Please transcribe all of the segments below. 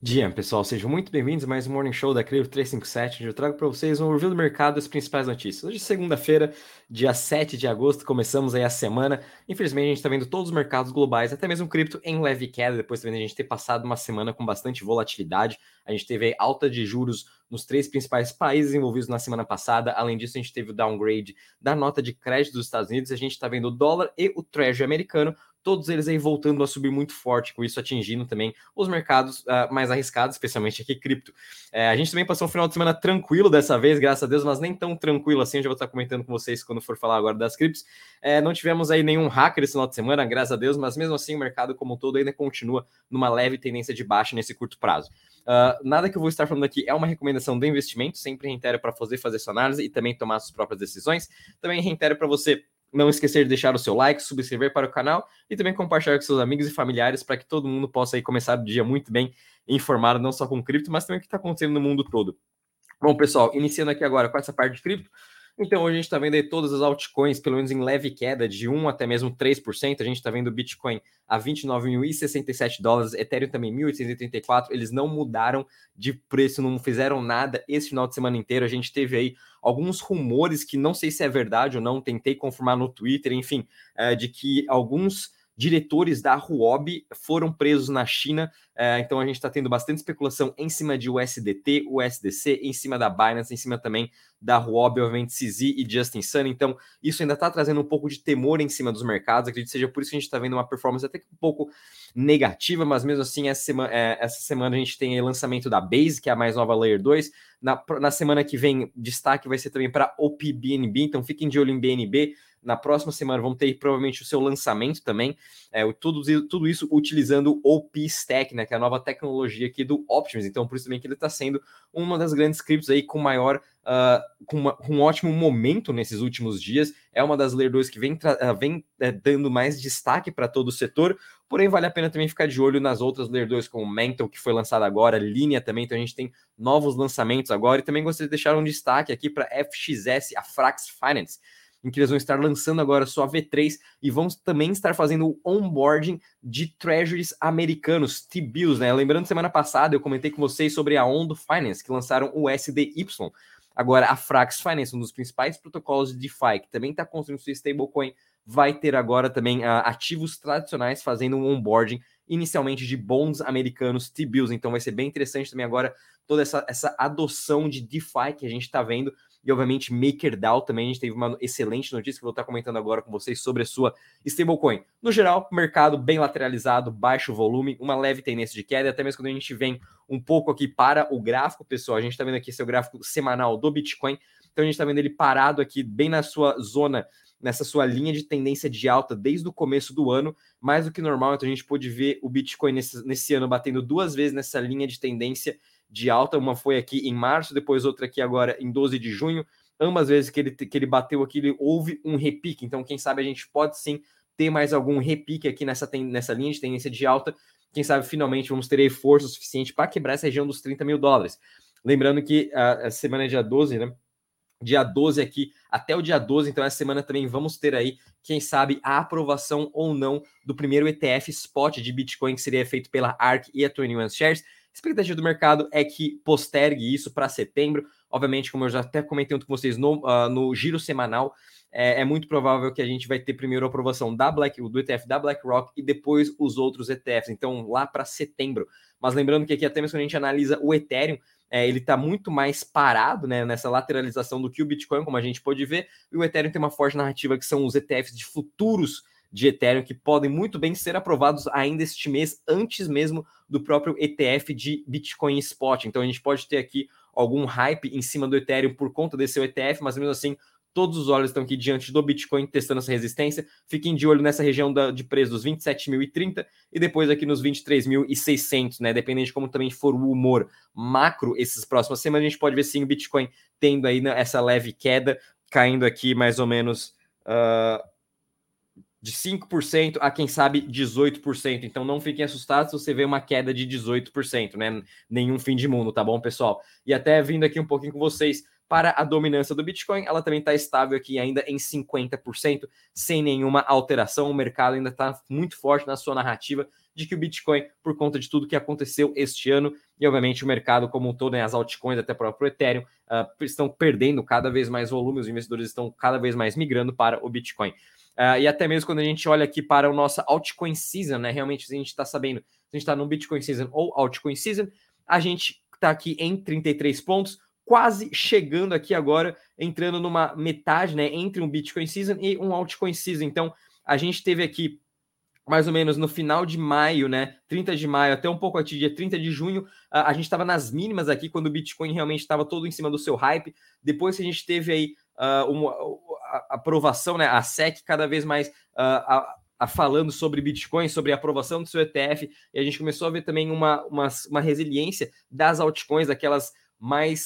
Dia, pessoal, sejam muito bem-vindos a mais um Morning Show da Cripto 357, onde eu trago para vocês um review do mercado e as principais notícias. Hoje, segunda-feira, dia 7 de agosto, começamos aí a semana. Infelizmente, a gente está vendo todos os mercados globais, até mesmo o cripto em leve queda, depois também a gente ter passado uma semana com bastante volatilidade. A gente teve aí alta de juros nos três principais países envolvidos na semana passada. Além disso, a gente teve o downgrade da nota de crédito dos Estados Unidos. A gente está vendo o dólar e o Treasury americano, todos eles aí voltando a subir muito forte, com isso atingindo também os mercados mais arriscados, especialmente aqui cripto. A gente também passou um final de semana tranquilo dessa vez, graças a Deus, mas nem tão tranquilo assim, eu já vou estar comentando com vocês quando for falar agora das criptos. Não tivemos aí nenhum hacker esse final de semana, graças a Deus, mas mesmo assim o mercado como um todo ainda continua numa leve tendência de baixa nesse curto prazo. Nada que eu vou estar falando aqui é uma recomendação de investimento, sempre reitero para fazer sua análise e também tomar suas próprias decisões. Também reitero para você não esquecer de deixar o seu like, subscrever para o canal e também compartilhar com seus amigos e familiares para que todo mundo possa aí começar o dia muito bem informado, não só com cripto, mas também o que está acontecendo no mundo todo. Bom, pessoal, iniciando aqui agora com essa parte de cripto. Então, hoje a gente está vendo aí todas as altcoins, pelo menos em leve queda, de 1 até mesmo 3%. A gente está vendo o Bitcoin a $29.067, Ethereum também 1.834. Eles não mudaram de preço, não fizeram nada esse final de semana inteiro. A gente teve aí alguns rumores que não sei se é verdade ou não, tentei confirmar no Twitter, enfim, de que alguns diretores da Huobi foram presos na China. Então a gente está tendo bastante especulação em cima de USDT, USDC, em cima da Binance, em cima também da Huobi, obviamente CZ e Justin Sun. Então isso ainda está trazendo um pouco de temor em cima dos mercados. Acredito que seja por isso que a gente está vendo uma performance até que um pouco negativa, mas mesmo assim essa semana a gente tem o lançamento da Base, que é a mais nova Layer 2. Na semana que vem, destaque vai ser também para OPBNB, então fiquem de olho em BNB. Na próxima semana vamos ter provavelmente o seu lançamento também, tudo isso utilizando o OP Stack, né, que é a nova tecnologia aqui do Optimus. Então por isso também que ele está sendo uma das grandes criptos aí com maior, com um ótimo momento nesses últimos dias. É uma das Layer 2 que vem dando mais destaque para todo o setor, porém vale a pena também ficar de olho nas outras Layer 2, como Mantle, que foi lançada agora, Linea também, então a gente tem novos lançamentos agora, e também gostaria de deixar um destaque aqui para FXS, a Frax Finance, em que eles vão estar lançando agora sua V3 e vão também estar fazendo o onboarding de treasuries americanos, T-bills, né? Lembrando, semana passada eu comentei com vocês sobre a Ondo Finance, que lançaram o SDY. Agora, a Frax Finance, um dos principais protocolos de DeFi, que também está construindo sua stablecoin, vai ter agora também ativos tradicionais fazendo um onboarding inicialmente de bonds americanos T-bills. Então vai ser bem interessante também agora toda essa adoção de DeFi que a gente está vendo. E obviamente MakerDAO também, a gente teve uma excelente notícia que eu vou estar comentando agora com vocês sobre a sua stablecoin. No geral, mercado bem lateralizado, baixo volume, uma leve tendência de queda, até mesmo quando a gente vem um pouco aqui para o gráfico, pessoal, a gente está vendo aqui seu gráfico semanal do Bitcoin, então a gente está vendo ele parado aqui bem na sua zona, nessa sua linha de tendência de alta desde o começo do ano, mais do que normal. Então a gente pôde ver o Bitcoin nesse ano batendo duas vezes nessa linha de tendência de alta. Uma foi aqui em março, depois outra aqui agora em 12 de junho. Ambas vezes que ele bateu aqui, houve um repique. Então, quem sabe a gente pode sim ter mais algum repique aqui nessa linha de tendência de alta. Quem sabe finalmente vamos ter força suficiente para quebrar essa região dos $30.000. Lembrando que a semana é dia 12, né? Dia 12 aqui até o dia 12, então essa semana também vamos ter aí, quem sabe, a aprovação ou não do primeiro ETF spot de Bitcoin, que seria feito pela ARK e a 21 Shares. A expectativa do mercado é que postergue isso para setembro. Obviamente, como eu já até comentei com vocês no giro semanal, é muito provável que a gente vai ter primeiro a aprovação do ETF da BlackRock e depois os outros ETFs, então lá para setembro. Mas lembrando que aqui até mesmo quando a gente analisa o Ethereum, ele está muito mais parado, né, nessa lateralização do que o Bitcoin, como a gente pode ver, e o Ethereum tem uma forte narrativa que são os ETFs de futuros de Ethereum, que podem muito bem ser aprovados ainda este mês, antes mesmo do próprio ETF de Bitcoin Spot. Então a gente pode ter aqui algum hype em cima do Ethereum por conta desse ETF, mas mesmo assim todos os olhos estão aqui diante do Bitcoin testando essa resistência. Fiquem de olho nessa região de preço dos 27.030 e depois aqui nos 23.600, né? Dependendo de como também for o humor macro essas próximas semanas, a gente pode ver sim o Bitcoin tendo aí essa leve queda, caindo aqui mais ou menos de 5% a, quem sabe, 18%. Então não fiquem assustados se você vê uma queda de 18%, né? Nenhum fim de mundo, tá bom, pessoal? E até vindo aqui um pouquinho com vocês para a dominância do Bitcoin, ela também está estável aqui ainda em 50%, sem nenhuma alteração. O mercado ainda está muito forte na sua narrativa de que o Bitcoin, por conta de tudo que aconteceu este ano, e obviamente o mercado como um todo, né, as altcoins, até o próprio Ethereum, estão perdendo cada vez mais volume, os investidores estão cada vez mais migrando para o Bitcoin. E até mesmo quando a gente olha aqui para o nosso altcoin season, né, realmente a gente está sabendo se a gente está no Bitcoin season ou altcoin season, a gente está aqui em 33 pontos, quase chegando aqui agora, entrando numa metade, né, entre um Bitcoin season e um altcoin season. Então, a gente teve aqui mais ou menos no final de maio, né? 30 de maio até um pouco antes, dia 30 de junho, a gente estava nas mínimas aqui, quando o Bitcoin realmente estava todo em cima do seu hype. Depois que a gente teve aí a aprovação, né? A SEC cada vez mais falando sobre Bitcoin, sobre a aprovação do seu ETF, e a gente começou a ver também uma resiliência das altcoins, aquelas mais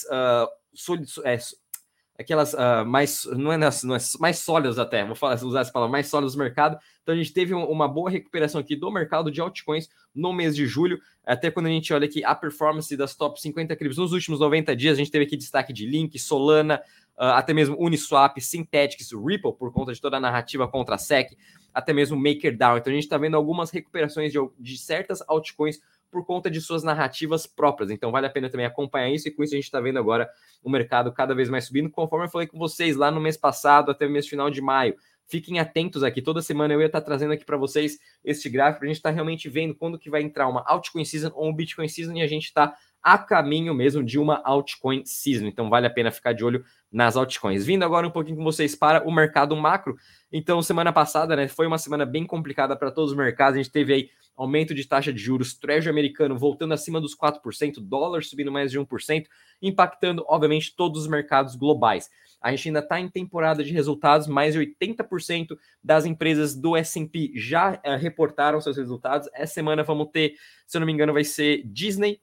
aquelas não é mais sólidas até, usar essa palavra, mais sólidas do mercado. Então a gente teve uma boa recuperação aqui do mercado de altcoins no mês de julho, até quando a gente olha aqui a performance das top 50 criptos nos últimos 90 dias, a gente teve aqui destaque de Link, Solana, até mesmo Uniswap, Synthetix, Ripple, por conta de toda a narrativa contra a SEC, até mesmo MakerDAO. Então a gente está vendo algumas recuperações de certas altcoins por conta de suas narrativas próprias. Então vale a pena também acompanhar isso, e com isso a gente está vendo agora o mercado cada vez mais subindo, conforme eu falei com vocês lá no mês passado, até o mês final de maio. Fiquem atentos aqui, toda semana eu ia estar trazendo aqui para vocês este gráfico, para a gente estar realmente vendo quando que vai entrar uma altcoin season ou um Bitcoin season, e a gente está a caminho mesmo de uma altcoin season. Então vale a pena ficar de olho nas altcoins. Vindo agora um pouquinho com vocês para o mercado macro. Então semana passada, né, foi uma semana bem complicada para todos os mercados. A gente teve aí aumento de taxa de juros, Treasury americano voltando acima dos 4%, dólar subindo mais de 1%, impactando, obviamente, todos os mercados globais. A gente ainda está em temporada de resultados, mais de 80% das empresas do S&P já reportaram seus resultados. Essa semana vamos ter, se eu não me engano, vai ser Disney,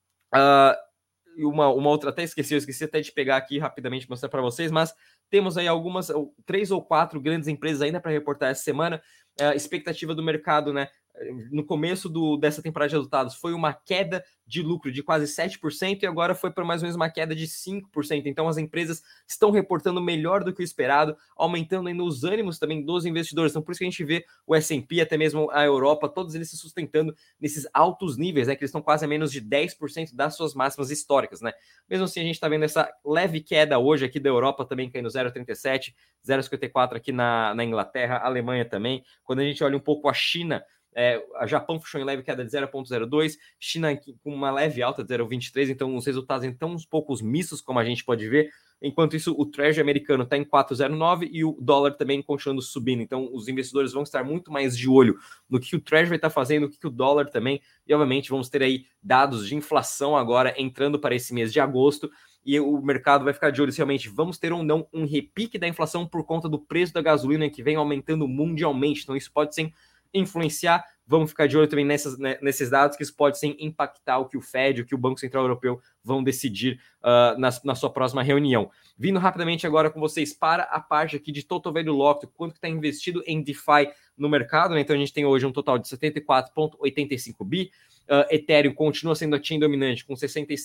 e uma outra, até esqueci até de pegar aqui rapidamente e mostrar para vocês, mas temos aí algumas, 3 ou 4 grandes empresas ainda para reportar essa semana. Expectativa do mercado, né? No começo dessa temporada de resultados foi uma queda de lucro de quase 7%, e agora foi para mais ou menos uma queda de 5%. Então as empresas estão reportando melhor do que o esperado, aumentando ainda os ânimos também dos investidores. Então por isso que a gente vê o S&P, até mesmo a Europa, todos eles se sustentando nesses altos níveis, né, que eles estão quase a menos de 10% das suas máximas históricas, né? Mesmo assim a gente está vendo essa leve queda hoje aqui da Europa também caindo 0,37, 0,54 aqui na Inglaterra, Alemanha também. Quando a gente olha um pouco a China, a Japão fechou em leve queda de 0,02, China com uma leve alta de 0,23, então os resultados estão uns poucos mistos, como a gente pode ver. Enquanto isso, o Treasury americano está em 4,09 e o dólar também continuando subindo. Então, os investidores vão estar muito mais de olho no que o Treasury está fazendo, no que o dólar também. E, obviamente, vamos ter aí dados de inflação agora entrando para esse mês de agosto. E o mercado vai ficar de olho se realmente vamos ter ou não um repique da inflação por conta do preço da gasolina, que vem aumentando mundialmente. Então, isso pode sim influenciar. Vamos ficar de olho também nesses dados, que isso pode sim impactar o que o Fed, o que o Banco Central Europeu vão decidir na sua próxima reunião. Vindo rapidamente agora com vocês para a parte aqui de Total Value Locked, quanto que está investido em DeFi no mercado, né? Então a gente tem hoje um total de 74,85 bi. Ethereum continua sendo a chain dominante com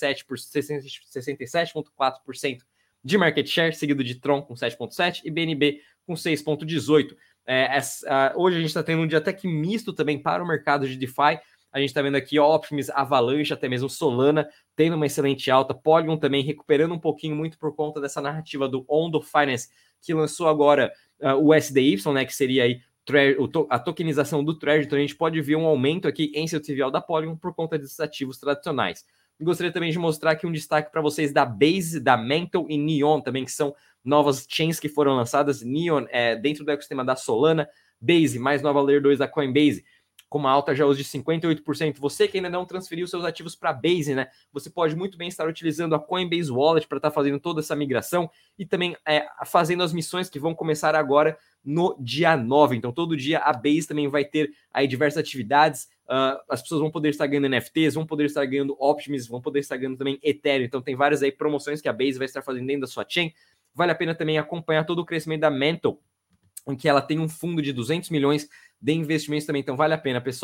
67,4% de market share, seguido de Tron com 7,7% e BNB com 6,18%. Hoje a gente está tendo um dia até que misto também para o mercado de DeFi. A gente está vendo aqui Optimus, Avalanche, até mesmo Solana tendo uma excelente alta, Polygon também recuperando um pouquinho, muito por conta dessa narrativa do Ondo Finance, que lançou agora o SDY, né, que seria aí a tokenização do Treasury. Então a gente pode ver um aumento aqui em seu TVL da Polygon por conta desses ativos tradicionais. Gostaria também de mostrar aqui um destaque para vocês da Base, da Mantle e Neon também, que são novas chains que foram lançadas. Neon dentro do ecossistema da Solana, Base, mais nova Layer 2 da Coinbase, com uma alta já hoje de 58%. Você que ainda não transferiu seus ativos para a Base, né? Você pode muito bem estar utilizando a Coinbase Wallet para estar fazendo toda essa migração e também fazendo as missões que vão começar agora no dia 9. Então, todo dia a Base também vai ter aí diversas atividades. As pessoas vão poder estar ganhando NFTs, vão poder estar ganhando Optimus, vão poder estar ganhando também Ethereum. Então, tem várias aí promoções que a Base vai estar fazendo dentro da sua chain. Vale a pena também acompanhar todo o crescimento da Mantle, em que ela tem um fundo de 200 milhões de investimentos também. Então, vale a pena, pessoal.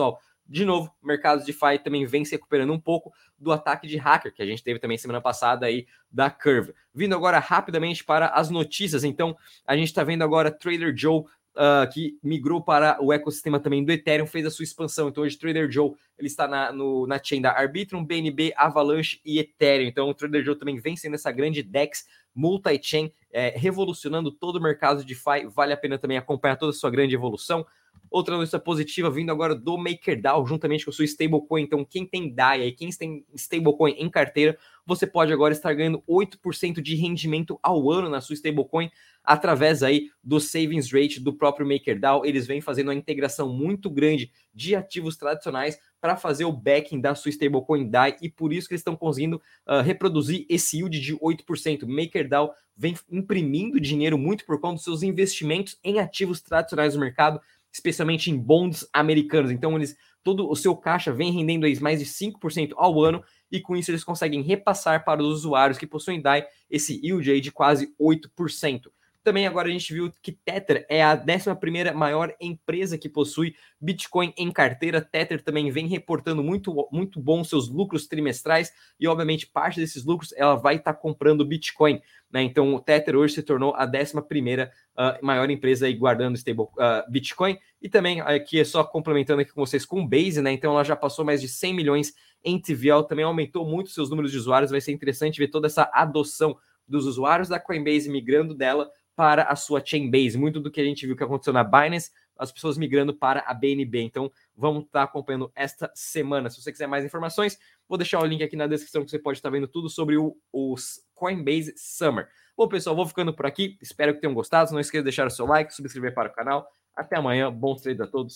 De novo, mercados de DeFi também vem se recuperando um pouco do ataque de hacker que a gente teve também semana passada aí da Curve. Vindo agora rapidamente para as notícias, então a gente está vendo agora Trader Joe que migrou para o ecossistema também do Ethereum, fez a sua expansão. Então hoje Trader Joe ele está na chain da Arbitrum, BNB, Avalanche e Ethereum. Então o Trader Joe também vem sendo essa grande DEX multi-chain, revolucionando todo o mercado de DeFi. Vale a pena também acompanhar toda a sua grande evolução. Outra notícia positiva vindo agora do MakerDAO, juntamente com a sua stablecoin. Então, quem tem DAI e quem tem stablecoin em carteira, você pode agora estar ganhando 8% de rendimento ao ano na sua stablecoin, através aí do savings rate do próprio MakerDAO. Eles vêm fazendo uma integração muito grande de ativos tradicionais para fazer o backing da sua stablecoin DAI, e por isso que eles estão conseguindo reproduzir esse yield de 8%. MakerDAO vem imprimindo dinheiro muito por conta dos seus investimentos em ativos tradicionais do mercado, especialmente em bonds americanos. Então, todo o seu caixa vem rendendo aí mais de 5% ao ano, e com isso eles conseguem repassar para os usuários que possuem DAI esse yield aí de quase 8%. Também agora a gente viu que Tether é a 11ª maior empresa que possui Bitcoin em carteira. Tether também vem reportando muito bom seus lucros trimestrais, e obviamente parte desses lucros ela vai estar comprando Bitcoin, né? Então o Tether hoje se tornou a 11ª maior empresa aí guardando Bitcoin. E também aqui é só complementando aqui com vocês com Base, né? Então ela já passou mais de 100 milhões em TVL, também aumentou muito seus números de usuários. Vai ser interessante ver toda essa adoção dos usuários da Coinbase migrando dela para a sua Chainbase. Muito do que a gente viu que aconteceu na Binance, as pessoas migrando para a BNB. Então, vamos estar acompanhando esta semana. Se você quiser mais informações, vou deixar o link aqui na descrição que você pode estar vendo tudo sobre o Coinbase Summer. Bom, pessoal, vou ficando por aqui. Espero que tenham gostado. Não esqueça de deixar o seu like, subscrever para o canal. Até amanhã. Bons trades a todos.